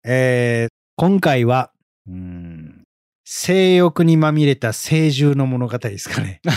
今回は、性欲にまみれた聖獣の物語ですかね。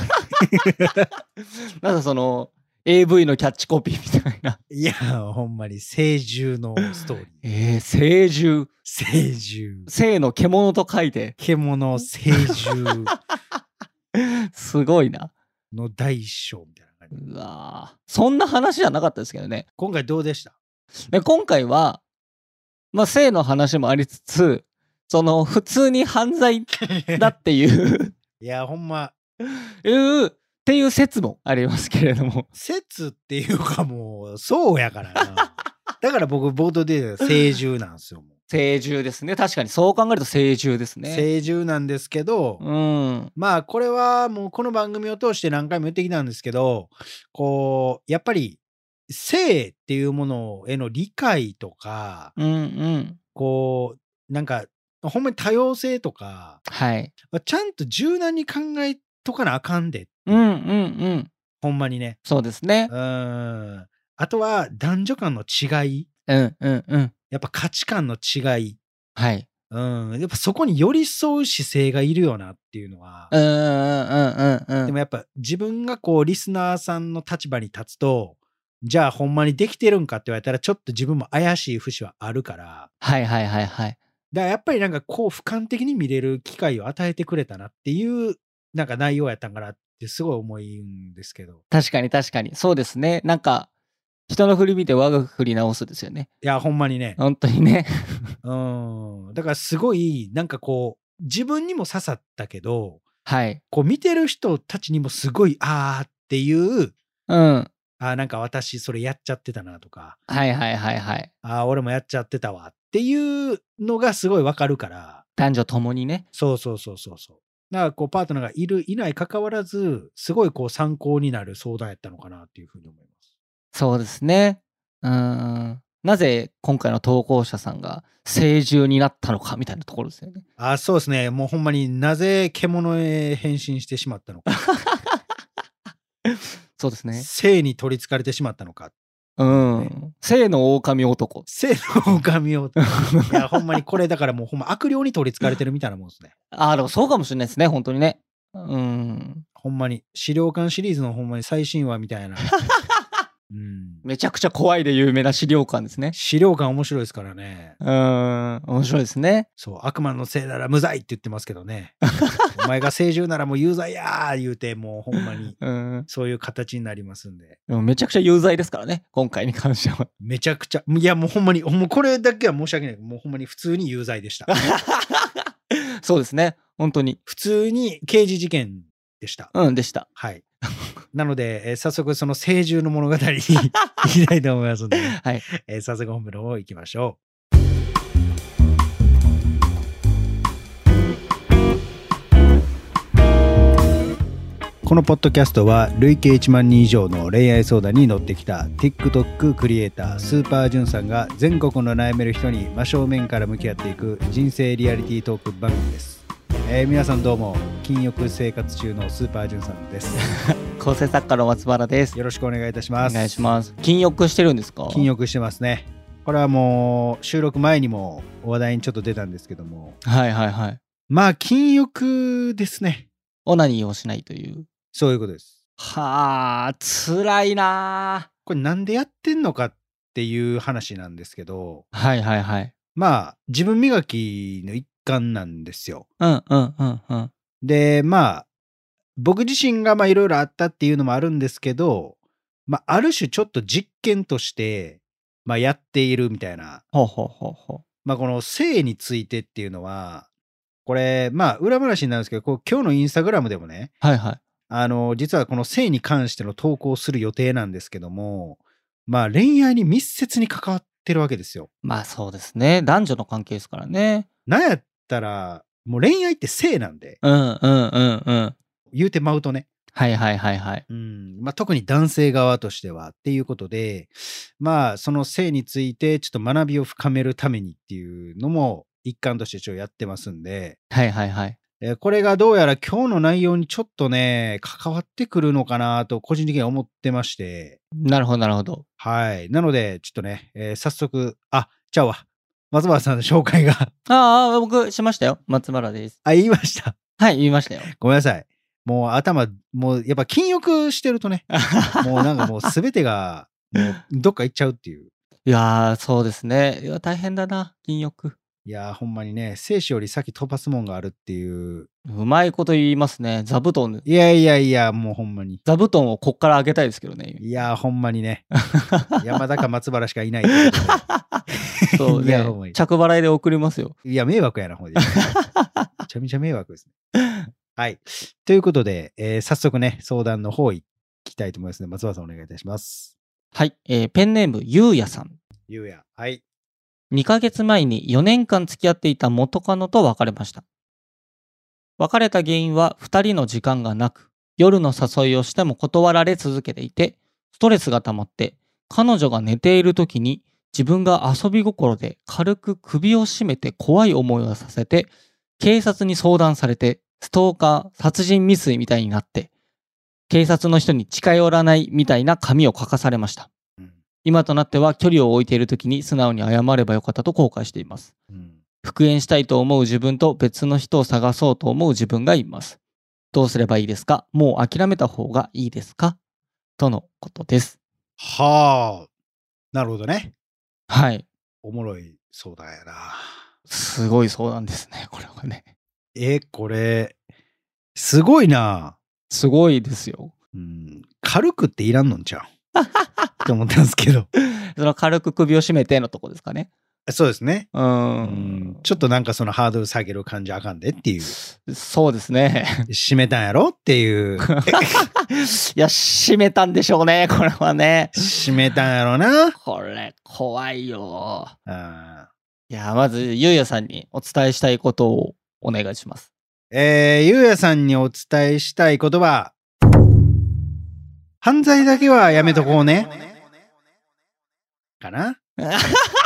なんかその AV のキャッチコピーみたいな。 いや、ほんまに聖獣のストーリー。 聖獣。 聖獣。 聖の獣と書いて。 獣聖獣すごいな。 の大将みたいな感じ。 うわー、そんな話じゃなかったですけどね。 今回どうでした？ で今回は、まあ性の話もありつつ、その普通に犯罪だっていういや、ほんま。 っていう説もありますけれども。 説っていうかもう、そうやからな。だから僕、冒頭で言った聖獣なんですよ。 聖獣ですね。確かにそう考えると聖獣ですね。 聖獣なんですけど、まあこれはもうこの番組を通して何回も言ってきたんですけど、こう、やっぱり性っていうものへの理解とか、こう、なんか、ほんまに多様性とか、 はい。 ちゃんと柔軟に考えとかなあかんで。ほんまにね。 そうですね。 あとは男女間の違い。やっぱ価値観の違い。 はい。 やっぱそこに寄り添う姿勢がいるよなっていうのは。でもやっぱ自分がこうリスナーさんの立場に立つと、じゃあほんまにできてるんかって言われたらちょっと自分も怪しい節はあるから。 はい。 だからやっぱりなんかこう俯瞰的に見れる機会を与えてくれたなっていうなんか内容やったんかなってすごい思うんですけど。 確かに。そうですね。なんか、人の振り見て我が振り直すですよね。 いや、ほんまにね。 本当にね。 だからすごい、なんかこう、自分にも刺さったけど、 はい。 こう見てる人たちにもすごい、あーっていう、なんか私それやっちゃってたなとか。 はい。 俺もやっちゃってたわっていうのがすごいわかるから。 男女ともにね。 そう。だからこうパートナーがいるいない関わらず、すごいこう参考になる相談やったのかなっていうふうに思います。 そうですね。なぜ今回の投稿者さんが聖獣になったのかみたいなところですよね。 そうですね。もうほんまになぜ獣へ変身してしまったのか。 そうですね。 性に取り憑かれてしまったのか。 性の狼男。 性の狼男。いや、ほんまにこれだからもうほんま悪霊に取り憑かれてるみたいなもんですね。 でもそうかもしれないですね。本当にね。 ほんまに資料館シリーズのほんまに最新話みたいな。 めちゃくちゃ怖いで有名な資料館ですね。 資料館面白いですからね。 面白いですね。 そう、悪魔のせいなら無罪って言ってますけどね。お前が聖獣ならもう有罪やー言うて、もうほんまに、そういう形になりますんで。 めちゃくちゃ有罪ですからね、今回に関しては。 めちゃくちゃ、いやもうほんまに、もうこれだけは申し訳ない。もうほんまに普通に有罪でした。 そうですね、本当に。 普通に刑事事件でした。 でした。 はい。なので、早速その聖獣の物語に行きたいと思いますので、 はい。 早速本部の方行きましょう。このポッドキャストは累計1万人以上の恋愛相談に乗ってきた TikTok クリエイタースーパージュンさんが全国の悩める人に真正面から向き合っていく人生リアリティートーク番組です。皆さんどうも、禁欲生活中のスーパージュンさんです。 構成作家の松原です。 よろしくお願いいたします。 お願いします。禁欲してるんですか？ 禁欲してますね。これはもう収録前にも話題にちょっと出たんですけども、まあ禁欲ですね。 オナニーをしないという。 そういうことです。 はあ、辛いな。 これなんでやってんのかっていう話なんですけど、まあ自分磨きの一環なんですよ。で、まあ僕自身がいろいろあったっていうのもあるんですけど、ある種ちょっと実験としてやっているみたいな。この性についてっていうのは、これ裏話になるんですけど、今日のインスタグラムでもね、実はこの性に関しての投稿をする予定なんですけども、恋愛に密接に関わってるわけですよ。 そうですね。男女の関係ですからね。 なんやったら、もう恋愛って性なんで。言うてまうとね。特に男性側としてはっていうことで、その性についてちょっと学びを深めるためにっていうのも一環としてちょっとやってますんで、これがどうやら今日の内容にちょっとね、関わってくるのかなと個人的には思ってまして。 なるほど。 はい。なので、ちょっとね、早速、ちゃうわ。 松原さんの紹介が。 ああ、僕しましたよ。松原です。 あ、言いました。 はい、言いましたよ。 ごめんなさい。もう頭、もうやっぱ禁欲してるとね、もうなんかもう全てが、もうどっか行っちゃうっていう。 いやー、そうですね。いや、大変だな、禁欲。 いやー、ほんまにね、生死より先飛ばすもんがあるっていう。 うまいこと言いますね。座布団。 いやいやいや、もうほんまに。 座布団をこっからあげたいですけどね。 いやー、ほんまにね。山田か松原しかいないってことで。 そうね。 いやほんまに着払いで送りますよ。 いや、迷惑やな、ほんで。めちゃめちゃ迷惑ですね。はい。ということで、早速ね、相談の方行きたいと思いますので、松原さんお願いいたします。 はい。ペンネーム、ゆうやさん。 ゆうや。はい。 2ヶ月前に4年間付き合っていた元カノと別れました。別れた原因は2人の時間がなく、夜の誘いをしても断られ続けていて、ストレスが溜まって、彼女が寝ている時に自分が遊び心で軽く首を絞めて怖い思いをさせて、警察に相談されて、ストーカー、殺人未遂みたいになって、警察の人に近寄らないみたいな紙を書かされました。今となっては距離を置いている時に素直に謝ればよかったと後悔しています。復縁したいと思う自分と別の人を探そうと思う自分がいます。どうすればいいですか？もう諦めた方がいいですか？とのことです。 はあ。なるほどね。 はい。 おもろい相談やな。 すごい相談ですね、これはね。 これ、すごいな。 すごいですよ。 軽くっていらんのんちゃうって思ったんですけど。 その軽く首を絞めてのとこですかね。 そうですね。ちょっとなんかそのハードル下げる感じあかんでっていう。 そうですね。 締めたんやろっていう。 いや、締めたんでしょうね、これはね。 締めたんやろな。 これ、怖いよ。いや、まず、ゆうやさんにお伝えしたいことをお願いします。 ゆうやさんにお伝えしたい言葉。犯罪だけはやめとこうね。かな。いや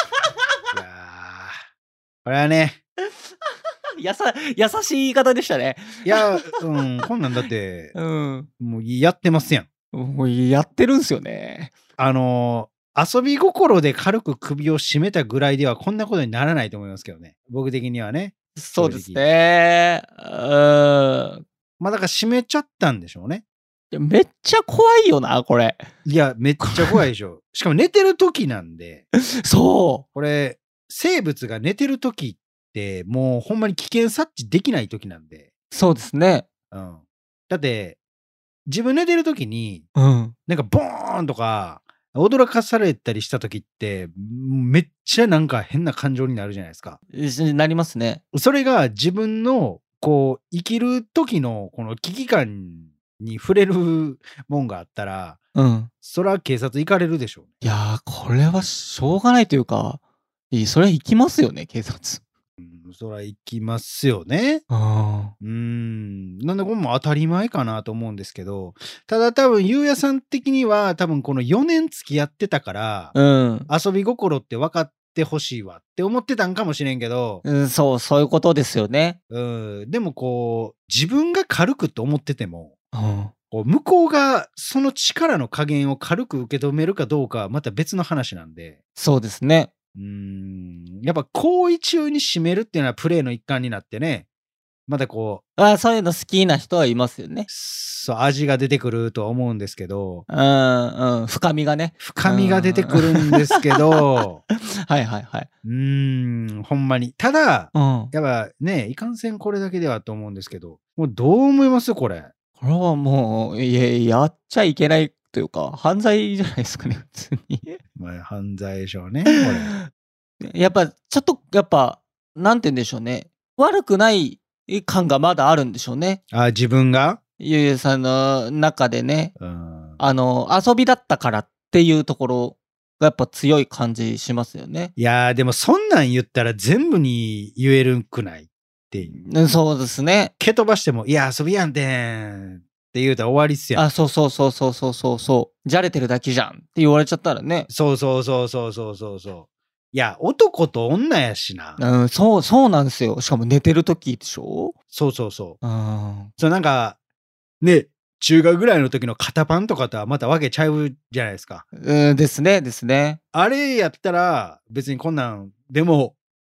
これはね。 優しい言い方でしたね。 いや、こんなんだって、もうやってますやん。もうやってるんすよね。 遊び心で軽く首を絞めたぐらいではこんなことにならないと思いますけどね。僕的にはね。 そうですね。 まあだから締めちゃったんでしょうね。 めっちゃ怖いよな、これ。 いや、めっちゃ怖いでしょ。しかも寝てる時なんで。 そう。 これ、生物が寝てる時ってもうほんまに危険察知できない時なんで。 そうですね。 だって、自分寝てる時に、なんかボーンとか、驚かされたりした時って、めっちゃなんか変な感情になるじゃないですか。 なりますね。 それが自分の、こう、生きる時のこの危機感に触れるもんがあったら、それは警察行かれるでしょう。 いやー、これはしょうがないというか、それは行きますよね、警察。 それは行きますよね。なんでこれも当たり前かなと思うんですけど、ただ多分、ゆうやさん的には多分この4年付き合ってたから、遊び心って分かってほしいわって思ってたんかもしれんけど、 そういうことですよね。 でもこう、自分が軽くって思ってても、向こうがその力の加減を軽く受け止めるかどうかはまた別の話なんで。 そうですね。 やっぱ行為中に締めるっていうのはプレイの一環になってね、またこう。そういうの好きな人はいますよね。 そう、味が出てくるとは思うんですけど。 深みがね。 深みが出てくるんですけど。 はいはいはい。 ほんまに。ただ、やっぱね、いかんせんこれだけではと思うんですけど、もうどう思いますこれ。 これはもう、やっちゃいけないというか、犯罪じゃないですかね、普通に。 まあ、犯罪でしょうね、これ。やっぱ、ちょっと、なんて言うんでしょうね。悪くない感がまだあるんでしょうね。 自分がゆうゆうさんの中でね、遊びだったからっていうところがやっぱ強い感じしますよね。 いやー、でもそんなん言ったら全部に言えるくないっていう。 そうですね。 蹴飛ばしても、いや、遊びやんてんって言うたら終わりっすやん。 そう。じゃれてるだけじゃんって言われちゃったらね。 そう。いや、男と女やしな。 そうなんですよ。しかも寝てる時でしょ？ そう。そうなんか、ね、中学ぐらいの時の肩パンとかとはまたわけちゃうじゃないですか。 ですね。 あれやったら別にこんなんでも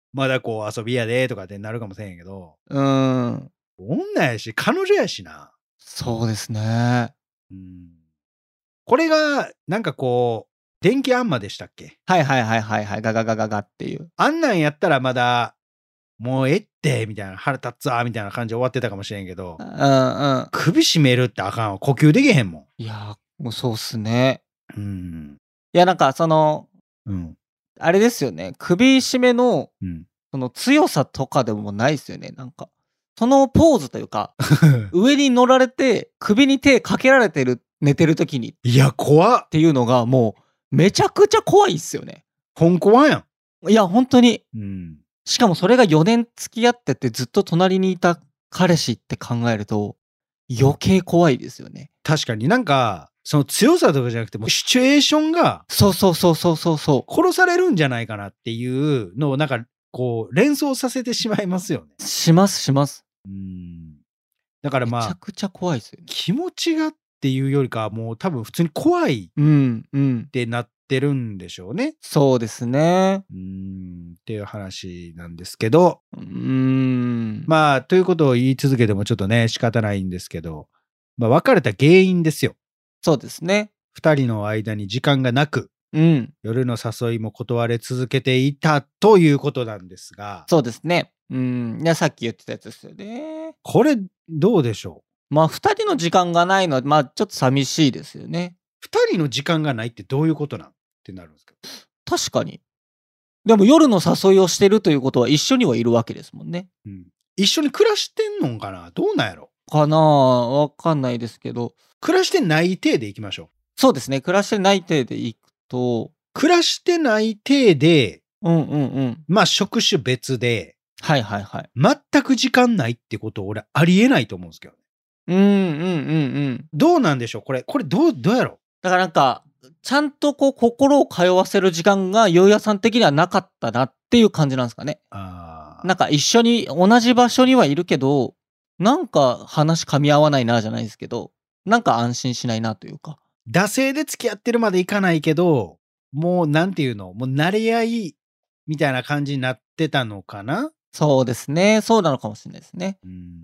まだこう遊びやでとかってなるかもしれんけど、女やし、彼女やしな。 そうですね。 これが、なんかこう、電気あんまでしたっけ？ はいはいはいはいはい。ガガガガガっていう。 あんなんやったらまだ、もうえって、みたいな、腹立つわ、みたいな感じで終わってたかもしれんけど、首絞めるってあかんわ。呼吸できへんもん。 いや、もうそうっすね。 いや、なんかあれですよね。首絞めの、その強さとかでもないっすよね、なんか。そのポーズというか、上に乗られて、首に手かけられてる、寝てる時に。 いや、怖っ。 っていうのがもう、めちゃくちゃ怖いっすよね。 本怖やん。いや、ほんとに。しかもそれが4年付き合っててずっと隣にいた彼氏って考えると、余計怖いですよね。 確かになんか、その強さとかじゃなくてもシチュエーションがそう。 殺されるんじゃないかなっていうのをなんかこう連想させてしまいますよね。 します。 だからまあ、 めちゃくちゃ怖いですよね。 気持ちがっていうよりかはもう多分普通に怖いってなってるんでしょうね。 そうですね。 っていう話なんですけど。まあ、ということを言い続けてもちょっとね、仕方ないんですけど、まあ、別れた原因ですよ。 そうですね。 2人の間に時間がなく、夜の誘いも断れ続けていたということなんですが。 そうですね。いや、さっき言ってたやつですよね。 これ、どうでしょう？まあ、2人の時間がないのは、まあ、ちょっと寂しいですよね。 2人の時間がないってどういうことなんってなるんですか？ 確かに。でも夜の誘いをしてるということは一緒にはいるわけですもんね。 一緒に暮らしてんのかな？どうなんやろ？ かなあ、わかんないですけど。 暮らしてない体でいきましょう。 そうですね。暮らしてない体でいくと。 暮らしてない体で、まあ職種別で、 はい。 全く時間ないってこと俺ありえないと思うんですけどね。どうなんでしょう？これどうやろ？ だからなんか、ちゃんとこう心を通わせる時間がゆうやさん的にはなかったなっていう感じなんですかね。なんか一緒に同じ場所にはいるけど、なんか話噛み合わないなじゃないですけど、なんか安心しないなというか。 惰性で付き合ってるまでいかないけど、もうなんていうの、もう慣れ合いみたいな感じになってたのかな？ そうですね。そうなのかもしれないですね。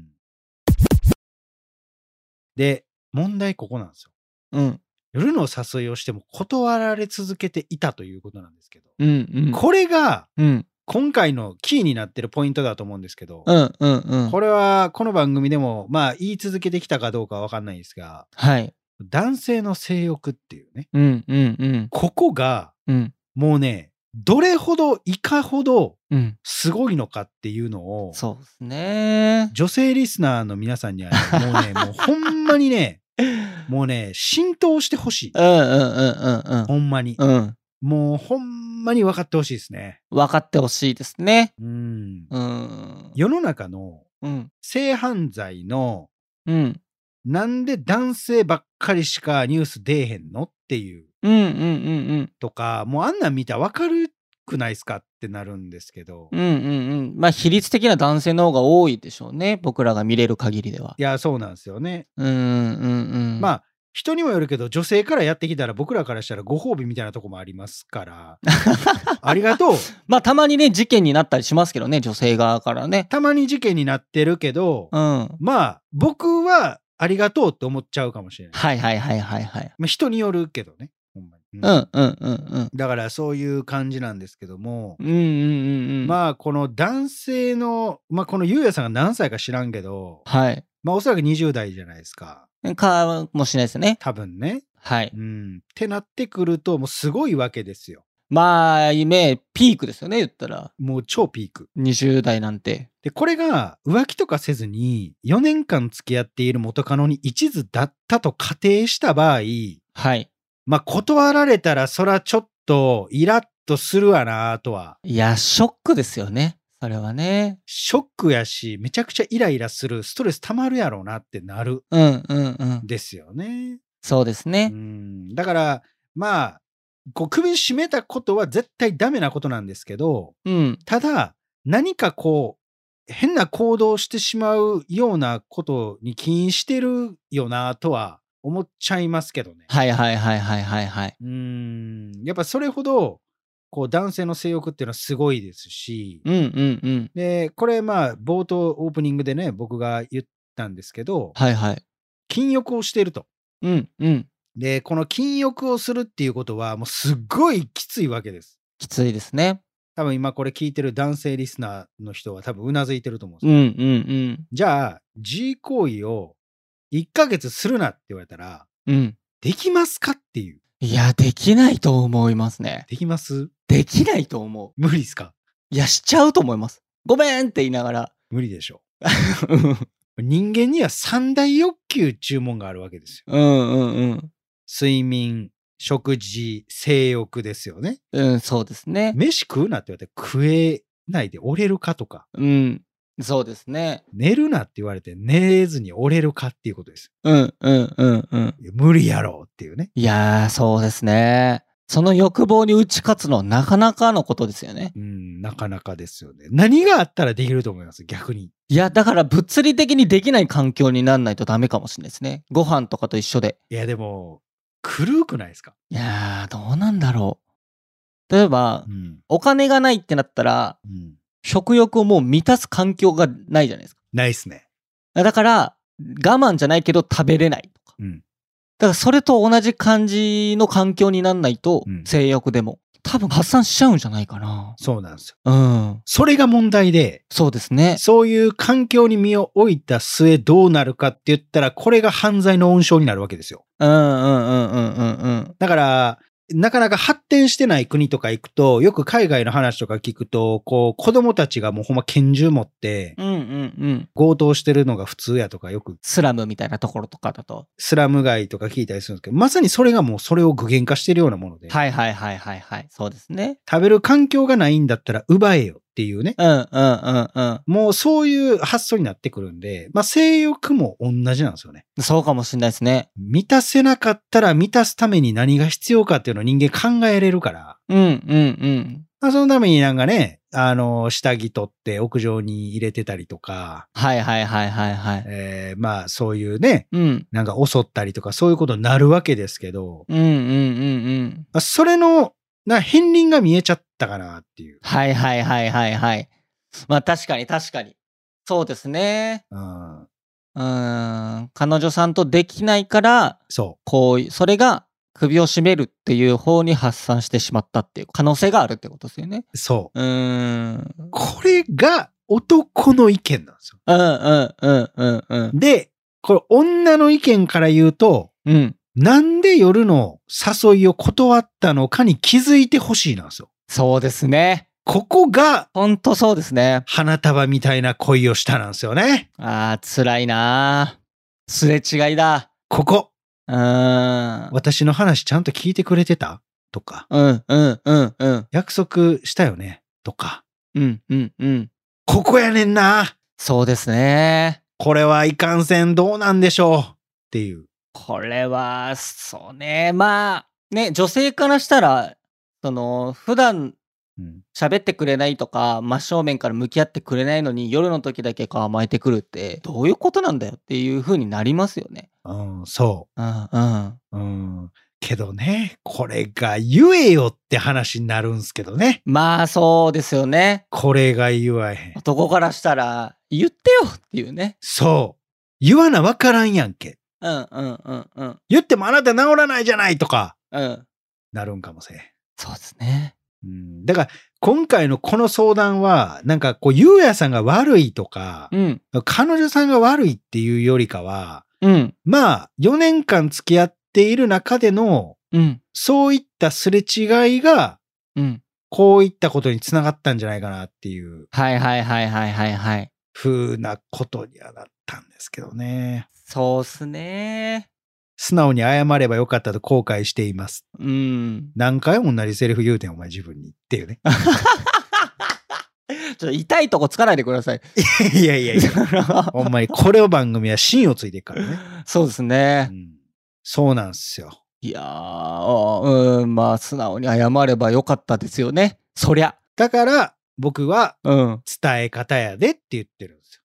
で、問題ここなんですよ。夜の誘いをしても断られ続けていたということなんですけど、これが、今回のキーになってるポイントだと思うんですけど、これはこの番組でもまあ言い続けてきたかどうかは分かんないですが、男性の性欲っていうね、ここが、もうね、どれほどいかほどすごいのかっていうのを、 そうですね。 女性リスナーの皆さんには、ね、もうね、もうほんまにね、もうね、浸透してほしい。ほんまに。もうほんまに分かってほしいですね。 分かってほしいですね。 世の中の性犯罪の、なんで男性ばっかりしかニュース出えへんのっていう。とか、もうあんなん見たら分かるくないですかってなるんですけど。 まあ比率的な男性の方が多いでしょうね。僕らが見れる限りでは。 いや、そうなんですよね。まあ、人にもよるけど、女性からやってきたら僕らからしたらご褒美みたいなとこもありますから。ありがとう。 まあたまにね、事件になったりしますけどね、女性側からね。 たまに事件になってるけど、まあ、僕はありがとうって思っちゃうかもしれない。まあ人によるけどね。ほんまに。だからそういう感じなんですけども、まあこの男性の、まあこのゆうやさんが何歳か知らんけど、まあおそらく20代じゃないですか。 かもしれないですね。 多分ね。ってなってくるともうすごいわけですよ。 まあ、ピークですよね、言ったら。 もう超ピーク。 20代なんて。 で、これが浮気とかせずに4年間付き合っている元カノに一途だったと仮定した場合、まあ断られたらそらちょっとイラッとするわなとは。 いや、ショックですよね。それはね。 ショックやし、めちゃくちゃイライラする、ストレス溜まるやろうなってなる。ですよね。 そうですね。 だから、まあ、こう首絞めたことは絶対ダメなことなんですけど、ただ、何かこう、変な行動してしまうようなことに起因してるよなとは思っちゃいますけどね。やっぱそれほど、 こう男性の性欲っていうのはすごいですし、 うんうんうん。 で、これまあ冒頭オープニングでね、僕が言ったんですけど、 はいはい。 禁欲をしていると。 うんうん。 で、この禁欲をするっていうことはもうすっごいきついわけです。 きついですね。 多分今これ聞いてる男性リスナーの人は多分うなずいてると思うんですよ。 うんうんうん。 じゃあ、G 行為を1ヶ月するなって言われたら、 うん。 できますかっていう。 いや、できないと思いますね。 できます？ できないと思う。 無理っすか？ いや、しちゃうと思います。ごめんって言いながら。 無理でしょ。人間には三大欲求注文があるわけですよ。 うんうんうん。 睡眠、食事、性欲ですよね。 うん、そうですね。 飯食うなって言われて食えないで折れるかとか、 うん。そうですね。 寝るなって言われて寝れずに折れるかっていうことです。 うんうんうんうん。 いや無理やろうっていうね。 いやー、そうですね。その欲望に打ち勝つのはなかなかのことですよね。 なかなかですよね。何があったらできると思います？逆に。 いや、だから物理的にできない環境になんないとダメかもしれないですね。ご飯とかと一緒で。 いやでも、狂くないですか？ いやー、どうなんだろう。例えば、 うん。 お金がないってなったら、 うん。 食欲をもう満たす環境がないじゃないですか。 ないっすね。 だから、我慢じゃないけど食べれないとか。 うん。 だからそれと同じ感じの環境になんないと、 うん性欲でも。多分発散しちゃうんじゃないかな。 そうなんですよ。 うん。 それが問題で、 そうですね。 そういう環境に身を置いた末どうなるかって言ったら、これが犯罪の温床になるわけですよ。 うんうんうんうんうんうん。 だから、なかなか発展してない国とか行くと、よく海外の話とか聞くと、こう、子供たちがもうほんま拳銃持って、 うんうんうん。 強盗してるのが普通やとかよく、 スラムみたいなところとかだと。 スラム街とか聞いたりするんですけど、まさにそれがもうそれを具現化してるようなもので、 はいはいはいはいはい。そうですね。 食べる環境がないんだったら奪えよっていうね。 うんうんうんうん。 もうそういう発想になってくるんで、まあ性欲も同じなんですよね。 そうかもしれないですね。 満たせなかったら満たすために何が必要かっていうのを人間考えれるから、 うんうんうん。 まあそのためになんかね、下着取って屋上に入れてたりとか、 はいはいはいはいはい。 まあそういうね、 うん。 なんか襲ったりとかそういうことになるわけですけど、 うんうんうんうん。 まあそれの、片鱗が見えちゃったかなっていう。 はいはいはいはいはい。まあ確かに確かに。そうですね。 うん、 彼女さんとできないから、 そこう、それが首を絞めるっていう方に発散してしまったっていう可能性があるってことですよね。 う、そう。 うんこれが男の意見なんですよ。 うんうんうん。 で、これ女の意見から言うと、 うん。 なんで夜の誘いを断ったのかに気づいてほしいなんですよ。 そうですね。 ここがほんとそうですね。 花束みたいな恋をしたなんですよね。 あー、辛いなー。すれ違いだ。 ここ。 うん。 私の話ちゃんと聞いてくれてたとか。 うんうんうんうん。 約束したよねとか。 うんうんうん。 ここやねんな。 そうですね。 これはいかんせんどうなんでしょうっていう。 これは、そうね。まあ、ね、女性からしたら、普段喋ってくれないとか、真正面から向き合ってくれないのに、夜の時だけこう甘えてくるって、どういうことなんだよっていう風になりますよね。 うん、そうんうん。 う。うん。けどね、これが言えよって話になるんすけどね。 まあ、そうですよね。 これが言わへん。 男からしたら、言ってよっていうね。 そう。言わなわからんやんけ。 うんうんうんうん。 言ってもあなた治らないじゃないとか、 うん。 なるんかもせん。 そうですね。 だから、今回のこの相談は、なんかこう、ゆうやさんが悪いとか、 うん。 彼女さんが悪いっていうよりかは、 うん。 まあ、4年間付き合っている中での、 うん。 そういったすれ違いが、 うん。 こういったことにつながったんじゃないかなっていう、 はいはいはいはいはいはい。 風なことにはなったんですけどね。 そうっすね。 素直に謝ればよかったと後悔しています。 うん。 何回も同じセリフ言うてんお前自分にっていうね。 ちょっと痛いとこつかないでください。 いやいやいや。ほんまにこれを番組は芯をついていくからね。 そうですね。 そうなんすよ。 いやー、まあ素直に謝ればよかったですよね。そりゃ。 だから僕は伝え方やでって言ってるんですよ。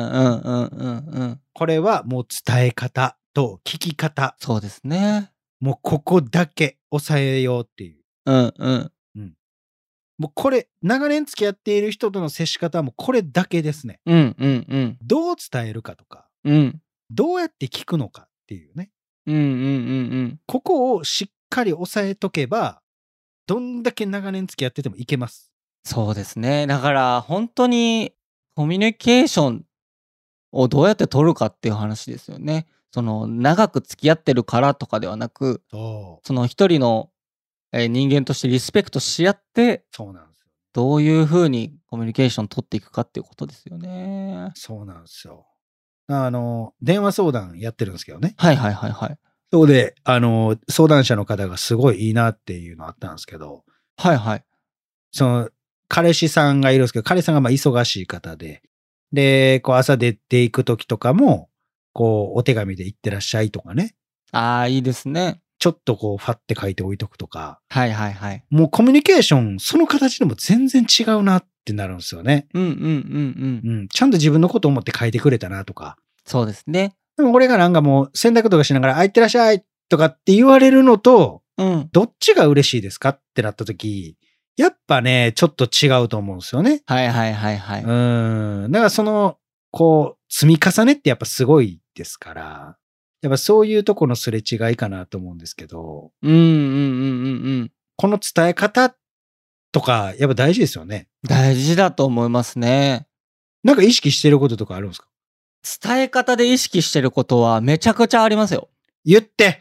これはもう伝え方と聞き方。 そうですね。 もうここだけ抑えようっていう。 もうこれ、長年付き合っている人との接し方はもうこれだけですね。どう伝えるかとか、どうやって聞くのかっていうね。ここをしっかり押さえとけば、どんだけ長年付き合っててもいけます。 そうですね。だから本当にコミュニケーションをどうやって取るかっていう話ですよね。その長く付き合ってるからとかではなく、その一人の人間としてリスペクトし合って、 そうなんですよ。 どういうふうにコミュニケーション取っていくかっていうことですよね。 そうなんですよ。電話相談やってるんですけどね。 はいはいはいはい。 そこで、相談者の方がすごいいいなっていうのあったんですけど、 はいはい。 その、彼氏さんがいるんですけど、彼氏さんがまあ忙しい方で、で、こう朝出ていく時とかも、こう、お手紙で行ってらっしゃいとかね。 ああ、いいですね。 ちょっとこう、ファって書いておいとくとか。 はいはいはい。 もうコミュニケーション、その形でも全然違うなってなるんですよね。ちゃんと自分のことを思って書いてくれたなとか。 そうですね。 でもこれがなんかもう洗濯とかしながら、あ、いってらっしゃいとかって言われるのと、どっちが嬉しいですかってなった時、やっぱね、ちょっと違うと思うんですよね。 はいはいはいはい。 だからその、こう、積み重ねってやっぱすごいですから、やっぱそういうとこのすれ違いかなと思うんですけど、この伝え方とか、やっぱ大事ですよね。 大事だと思いますね。 なんか意識してることとかあるんですか？ 伝え方で意識してることはめちゃくちゃありますよ。 言って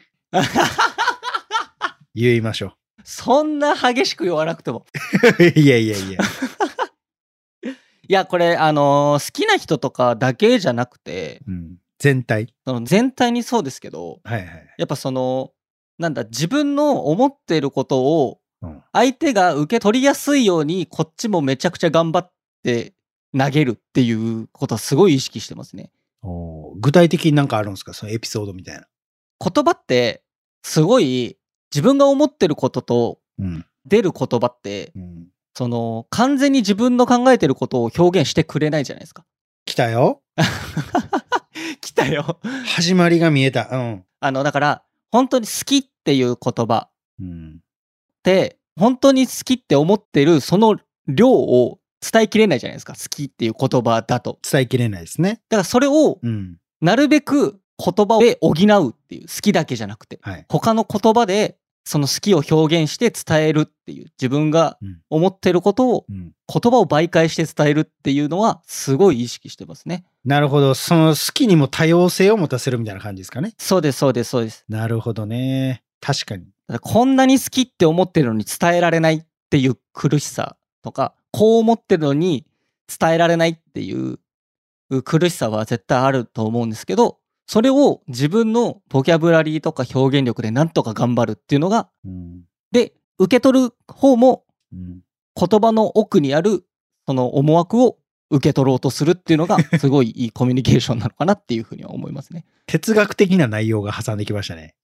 言いましょう。 そんな激しく言わなくても。 いやいやいや。 いや、これ、好きな人とかだけじゃなくて、 全体全体にそうですけど、やっぱその、なんだ、自分の思っていることを、相手が受け取りやすいように、こっちもめちゃくちゃ頑張って投げるっていうことはすごい意識してますね。 具体的になんかあるんですか？そのエピソードみたいな。 言葉って、すごい自分が思ってることと出る言葉って、その完全に自分の考えてることを表現してくれないじゃないですか。 来たよ。 来たよ。 始まりが見えた。 だから本当に好きっていう言葉って本当に好きって思ってるその量を伝えきれないじゃないですか。好きっていう言葉だと伝えきれないですね。 だからそれをなるべく言葉で補うっていう好きだけじゃなくて、他の言葉でその好きを表現して伝えるっていう自分が思ってることを言葉を媒介して伝えるっていうのはすごい意識してますね。 なるほど。その好きにも多様性を持たせるみたいな感じですかね。 そうですそうですそうです。 なるほどね。確かに。 こんなに好きって思ってるのに伝えられないっていう苦しさとか、こう思ってるのに伝えられないっていう苦しさは絶対あると思うんですけど、それを自分のボキャブラリーとか表現力でなんとか頑張るっていうのが、で、受け取る方も言葉の奥にあるその思惑を受け取ろうとするっていうのがすごいいいコミュニケーションなのかなっていうふうには思いますね。 哲学的な内容が挟んできましたね。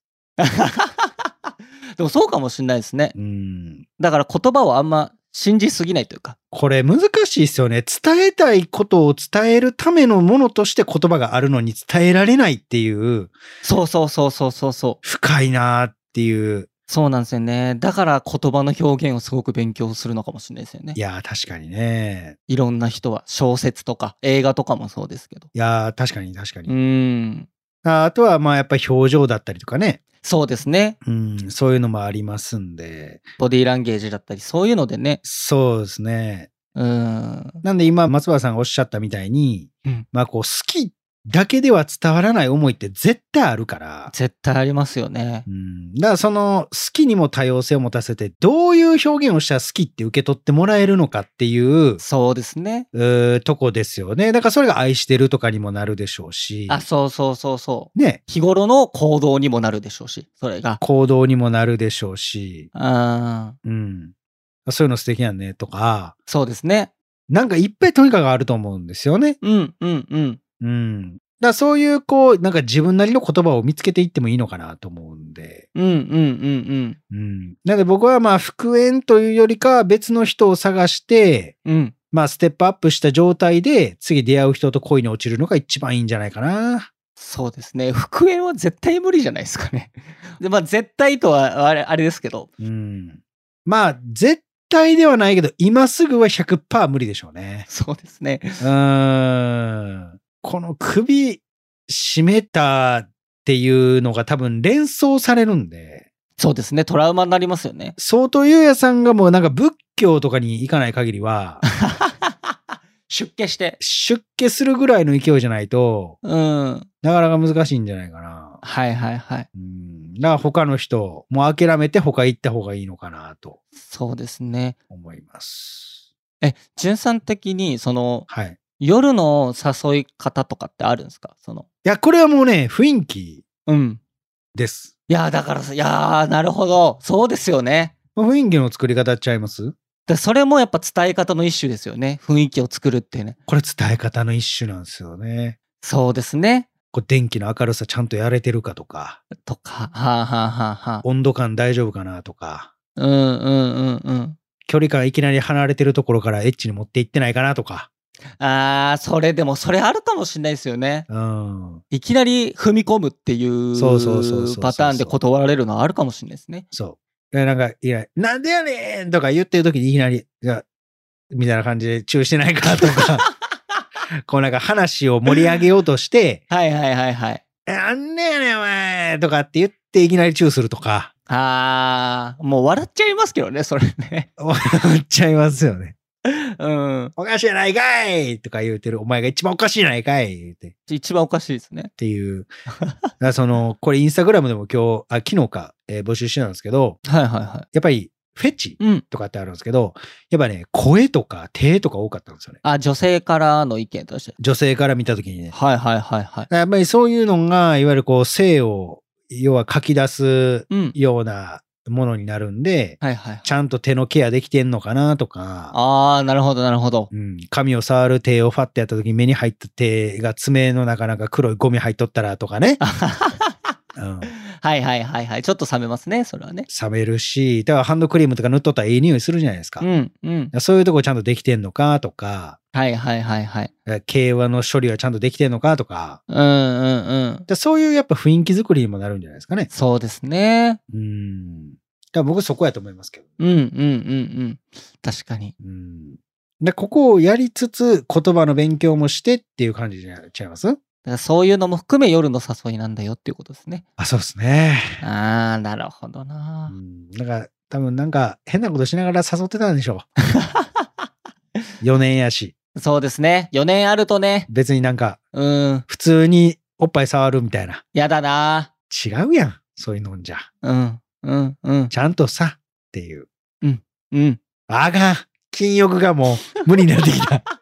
でもそうかもしれないですね。だから言葉をあんま信じすぎないというか。 これ難しいですよね。伝えたいことを伝えるためのものとして言葉があるのに伝えられないっていう。 そうそうそうそうそうそう。 深いなっていう。 そうなんですよね。だから言葉の表現をすごく勉強するのかもしれないですよね。 いやー確かにね。 いろんな人は小説とか映画とかもそうですけど。 いやー確かに確かに。あとはまあやっぱり表情だったりとかね。 そうですね。 そういうのもありますんで。 ボディーランゲージだったりそういうのでね。 そうですね。なんで今松原さんがおっしゃったみたいに、まあこう好きだけでは伝わらない思いって絶対あるから。 絶対ありますよね。 だからその好きにも多様性を持たせて、どういう表現をしたら好きって受け取ってもらえるのかっていう。 そうですね。 とこですよね。だからそれが愛してるとかにもなるでしょうし。 そうそうそうそう。 ね。 日頃の行動にもなるでしょうし、それが。 行動にもなるでしょうし。そういうの素敵やねとか。 そうですね。 なんかいっぱいとにかくあると思うんですよね。だからそういうこうなんか自分なりの言葉を見つけていってもいいのかなと思うんで。なので僕はまあ復縁というよりかは別の人を探して、まあステップアップした状態で次出会う人と恋に落ちるのが一番いいんじゃないかな。 そうですね。復縁は絶対無理じゃないですかね。でまあ絶対とはあれですけど。 まあ絶対ではないけど、今すぐは 100% 無理でしょうね。 そうですね。 この首絞めたっていうのが多分連想されるんで。 そうですね。トラウマになりますよね。 相当優也さんがもうなんか仏教とかに行かない限りは、 出家するぐらいの勢いじゃないと、なかなか難しいんじゃないかな。 はいはいはい。 だから他の人、もう諦めて他行った方がいいのかなと。 そうですね。 思います。 純さん的に、 はい。 夜の誘い方とかってあるんですか？ いや、これはもうね、雰囲気です。 いや、だからさ、いやー、なるほど。そうですよね。 雰囲気の作り方ちゃいます？ それもやっぱ伝え方の一種ですよね。雰囲気を作るってね。 これ伝え方の一種なんですよね。 そうですね。 電気の明るさちゃんとやれてるかとか。温度感大丈夫かなとか。距離感いきなり離れてるところからエッチに持っていってないかなとか。 それあるかもしれないですよね。いきなり踏み込むっていうパターンで断られるのはあるかもしれないですね。 そう。なんか、なんでやねんとか言ってる時にいきなり、みたいな感じでチューしてないかとか、こうなんか話を盛り上げようとして、あんねやねんお前とかって言っていきなりチューするとか。 もう笑っちゃいますけどね、それね。 笑っちゃいますよね。おかしいやないかいとか言うてる。お前が一番おかしいやないかい言うて。 一番おかしいですね。 っていう。これインスタグラムでも昨日か、募集してたんですけど、やっぱりフェチとかってあるんですけど、やっぱね、声とか手とか多かったんですよね。 女性からの意見として。 女性から見たときにね。 やっぱりそういうのが、いわゆる性を、要は書き出すような、ものになるんで、ちゃんと手のケアできてんのかなとか。 なるほどなるほど。 髪を触る手をファッてやった時に目に入った手が爪の中なんか黒いゴミ入っとったらとかね。 ちょっと冷めますね、それはね。 冷めるし、だからハンドクリームとか塗っとったらいい匂いするじゃないですか。そういうとこちゃんとできてんのかとか。競馬の処理はちゃんとできてんのかとか。そういうやっぱ雰囲気作りにもなるんじゃないですかね。 そうですね。 だから僕そこやと思いますけど。 確かに。 で、ここをやりつつ言葉の勉強もしてっていう感じじゃ違います？ だからそういうのも含め夜の誘いなんだよっていうことですね。 そうですね。 なるほどな。 だから多分なんか変なことしながら誘ってたんでしょう。4年やし。 そうですね。4年あるとね。 別になんか、普通におっぱい触るみたいな。 やだな。 違うやん。そういうのんじゃ。ちゃんとさ、っていう。あかん。禁欲がもう無理になってきた。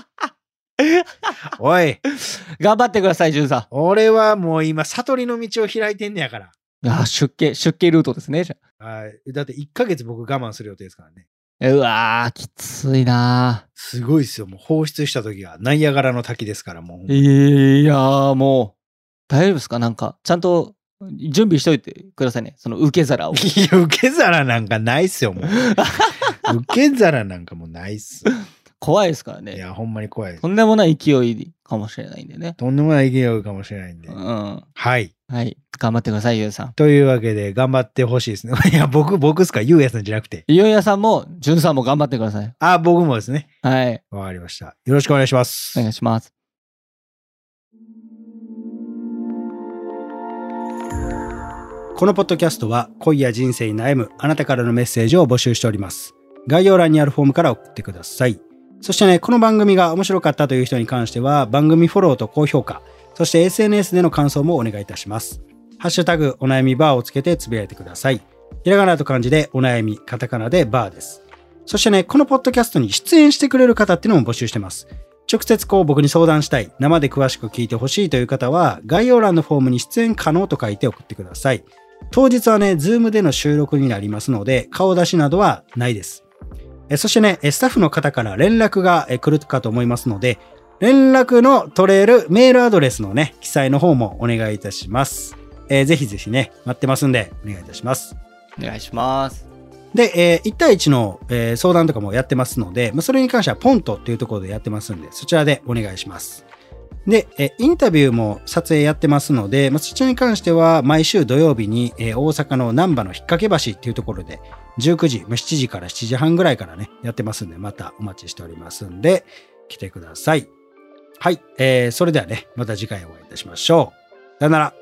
おい。 頑張ってください、ジュンさん。 俺はもう今、悟りの道を開いてんねやから。 出家ルートですね、じゃあ。だって1ヶ月僕我慢する予定ですからね。 うわー、きついな。 すごいっすよ。もう放出した時がナイアガラの滝ですから、もう。 いやー、もう、大丈夫ですか？なんか、ちゃんと準備しといてくださいね。その受け皿を。 いや、受け皿なんかないっすよ、もう。受け皿なんかもうないっす。 怖いですからね。 いや、ほんまに怖い。 とんでもない勢いかもしれないんでね。 とんでもない勢いかもしれないんで。はい。 頑張ってください、ゆうやさん。 というわけで、頑張ってほしいですね。いや、僕っすか？ゆうやさんじゃなくて。 ゆうやさんも、じゅんさんも頑張ってください。 僕もですね。 はい。 わかりました。よろしくお願いします。 お願いします。 このポッドキャストは恋や人生に悩むあなたからのメッセージを募集しております。概要欄にあるフォームから送ってください。そしてね、この番組が面白かったという人に関しては番組フォローと高評価、そして SNS での感想もお願いいたします。ハッシュタグお悩みバーをつけてつぶやいてください。ひらがなと漢字でお悩み、カタカナでバーです。そしてね、このポッドキャストに出演してくれる方っていうのも募集してます。直接僕に相談したい、生で詳しく聞いてほしいという方は概要欄のフォームに出演可能と書いて送ってください。当日はね、ズームでの収録になりますので、顔出しなどはないです。そしてね、スタッフの方から連絡が来るかと思いますので、連絡の取れるメールアドレスのね、記載の方もお願いいたします。ぜひぜひね、待ってますんで、お願いいたします。 お願いします。 で、1対1の、相談とかもやってますので、それに関してはポントっていうところでやってますんで、そちらでお願いします。で、インタビューも撮影やってますので、そちらに関しては毎週土曜日に、大阪の難波の引っ掛け橋っていうところで、 19時、7時から7時半ぐらいからね、やってますんで、またお待ちしておりますんで、来てください。はい。それではね、また次回お会いいたしましょう。さよなら。